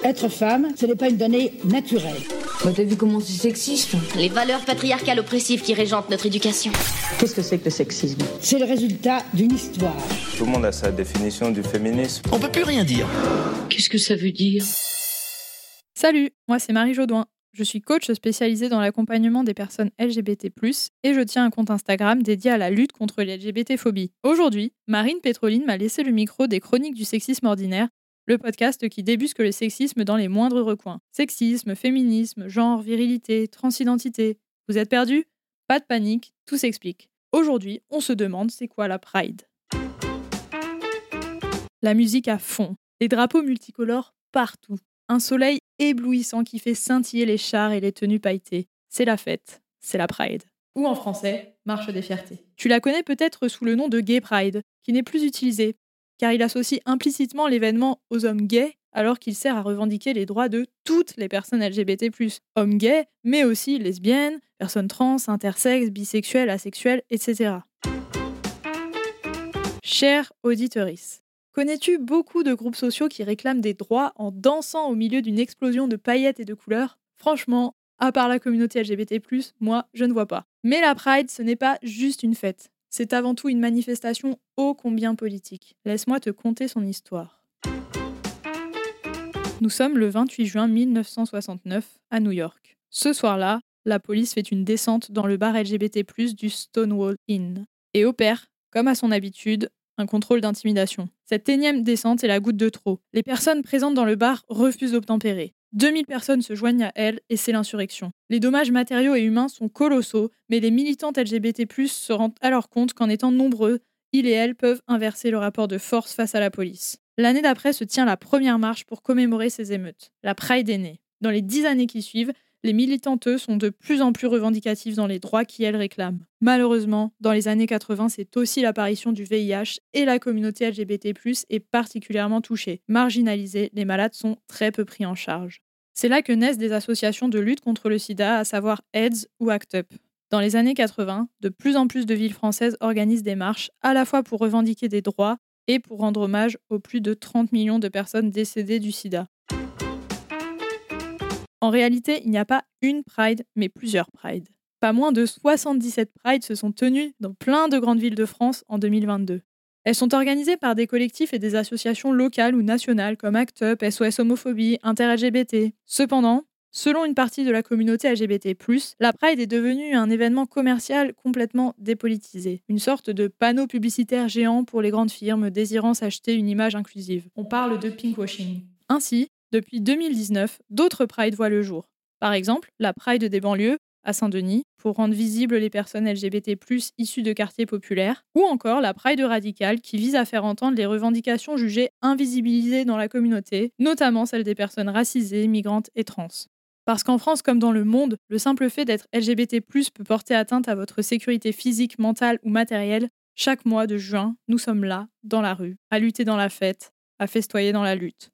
Être femme, ce n'est pas une donnée naturelle. T'as vu comment c'est sexiste ? Les valeurs patriarcales oppressives qui régentent notre éducation. Qu'est-ce que c'est que le sexisme ? C'est le résultat d'une histoire. Tout le monde a sa définition du féminisme. On peut plus rien dire. Qu'est-ce que ça veut dire ? Salut, moi c'est Marie Jodoin. Je suis coach spécialisée dans l'accompagnement des personnes LGBT+, et je tiens un compte Instagram dédié à la lutte contre les LGBT-phobies. Aujourd'hui, Marine Pétroline m'a laissé le micro des Chroniques du sexisme ordinaire, le podcast qui débusque le sexisme dans les moindres recoins. Sexisme, féminisme, genre, virilité, transidentité. Vous êtes perdus ? Pas de panique, tout s'explique. Aujourd'hui, on se demande c'est quoi la Pride. La musique à fond, des drapeaux multicolores partout, un soleil éblouissant qui fait scintiller les chars et les tenues pailletées. C'est la fête, c'est la Pride. Ou en français, marche des fiertés. Tu la connais peut-être sous le nom de Gay Pride, qui n'est plus utilisé, car il associe implicitement l'événement aux hommes gays, alors qu'il sert à revendiquer les droits de toutes les personnes LGBT+, hommes gays, mais aussi lesbiennes, personnes trans, intersexes, bisexuelles, asexuelles, etc. Chère auditrice, connais-tu beaucoup de groupes sociaux qui réclament des droits en dansant au milieu d'une explosion de paillettes et de couleurs ? Franchement, à part la communauté LGBT+, moi, je ne vois pas. Mais la Pride, ce n'est pas juste une fête. C'est avant tout une manifestation ô combien politique. Laisse-moi te conter son histoire. Nous sommes le 28 juin 1969 à New York. Ce soir-là, la police fait une descente dans le bar LGBT+, du Stonewall Inn et opère, comme à son habitude, un contrôle d'intimidation. Cette énième descente est la goutte de trop. Les personnes présentes dans le bar refusent d'obtempérer. 2000 personnes se joignent à elle et c'est l'insurrection. Les dommages matériaux et humains sont colossaux, mais les militantes LGBT+, se rendent alors compte qu'en étant nombreux, ils et elles peuvent inverser le rapport de force face à la police. L'année d'après se tient la première marche pour commémorer ces émeutes. La Pride est née. Dans les 10 années qui suivent, les militanteux sont de plus en plus revendicatives dans les droits qu'elles réclament. Malheureusement, dans les années 80, c'est aussi l'apparition du VIH et la communauté LGBT+, est particulièrement touchée. Marginalisée, les malades sont très peu pris en charge. C'est là que naissent des associations de lutte contre le sida, à savoir AIDS ou ACT UP. Dans les années 80, de plus en plus de villes françaises organisent des marches, à la fois pour revendiquer des droits et pour rendre hommage aux plus de 30 millions de personnes décédées du sida. En réalité, il n'y a pas une Pride, mais plusieurs Prides. Pas moins de 77 Prides se sont tenues dans plein de grandes villes de France en 2022. Elles sont organisées par des collectifs et des associations locales ou nationales comme ACT UP, SOS Homophobie, Inter-LGBT. Cependant, selon une partie de la communauté LGBT+, la Pride est devenue un événement commercial complètement dépolitisé. Une sorte de panneau publicitaire géant pour les grandes firmes désirant s'acheter une image inclusive. On parle de pinkwashing. Ainsi, depuis 2019, d'autres Prides voient le jour. Par exemple, la Pride des banlieues, à Saint-Denis, pour rendre visibles les personnes LGBT+, issues de quartiers populaires, ou encore la Pride radicale qui vise à faire entendre les revendications jugées invisibilisées dans la communauté, notamment celles des personnes racisées, migrantes et trans. Parce qu'en France comme dans le monde, le simple fait d'être LGBT+, peut porter atteinte à votre sécurité physique, mentale ou matérielle. Chaque mois de juin, nous sommes là, dans la rue, à lutter dans la fête, à festoyer dans la lutte.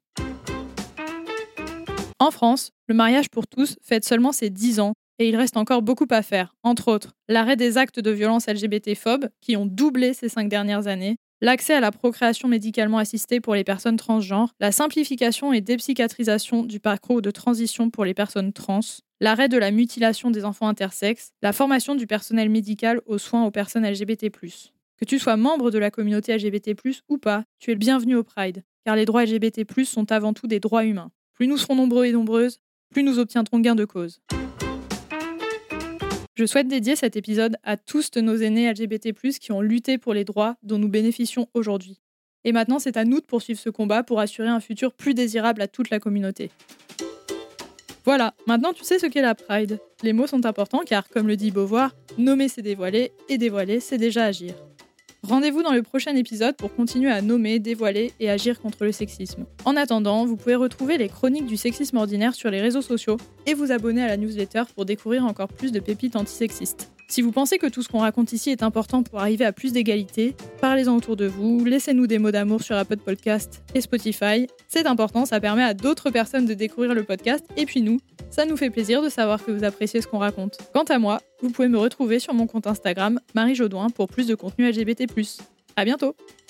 En France, le mariage pour tous fête seulement ses 10 ans, et il reste encore beaucoup à faire. Entre autres, l'arrêt des actes de violence LGBT-phobes, qui ont doublé ces 5 dernières années, l'accès à la procréation médicalement assistée pour les personnes transgenres, la simplification et dépsychiatrisation du parcours de transition pour les personnes trans, l'arrêt de la mutilation des enfants intersexes, la formation du personnel médical aux soins aux personnes LGBT+. Que tu sois membre de la communauté LGBT+, ou pas, tu es le bienvenu au Pride, car les droits LGBT+, sont avant tout des droits humains. Plus nous serons nombreux et nombreuses, plus nous obtiendrons gain de cause. Je souhaite dédier cet épisode à tous de nos aînés LGBT+, qui ont lutté pour les droits dont nous bénéficions aujourd'hui. Et maintenant, c'est à nous de poursuivre ce combat pour assurer un futur plus désirable à toute la communauté. Voilà, maintenant tu sais ce qu'est la Pride. Les mots sont importants car, comme le dit Beauvoir, nommer c'est dévoiler, et dévoiler c'est déjà agir. Rendez-vous dans le prochain épisode pour continuer à nommer, dévoiler et agir contre le sexisme. En attendant, vous pouvez retrouver les chroniques du sexisme ordinaire sur les réseaux sociaux et vous abonner à la newsletter pour découvrir encore plus de pépites antisexistes. Si vous pensez que tout ce qu'on raconte ici est important pour arriver à plus d'égalité, parlez-en autour de vous, laissez-nous des mots d'amour sur Apple Podcast et Spotify. C'est important, ça permet à d'autres personnes de découvrir le podcast et puis nous, ça nous fait plaisir de savoir que vous appréciez ce qu'on raconte. Quant à moi, vous pouvez me retrouver sur mon compte Instagram, Marie Jodoin, pour plus de contenu LGBT+. À bientôt!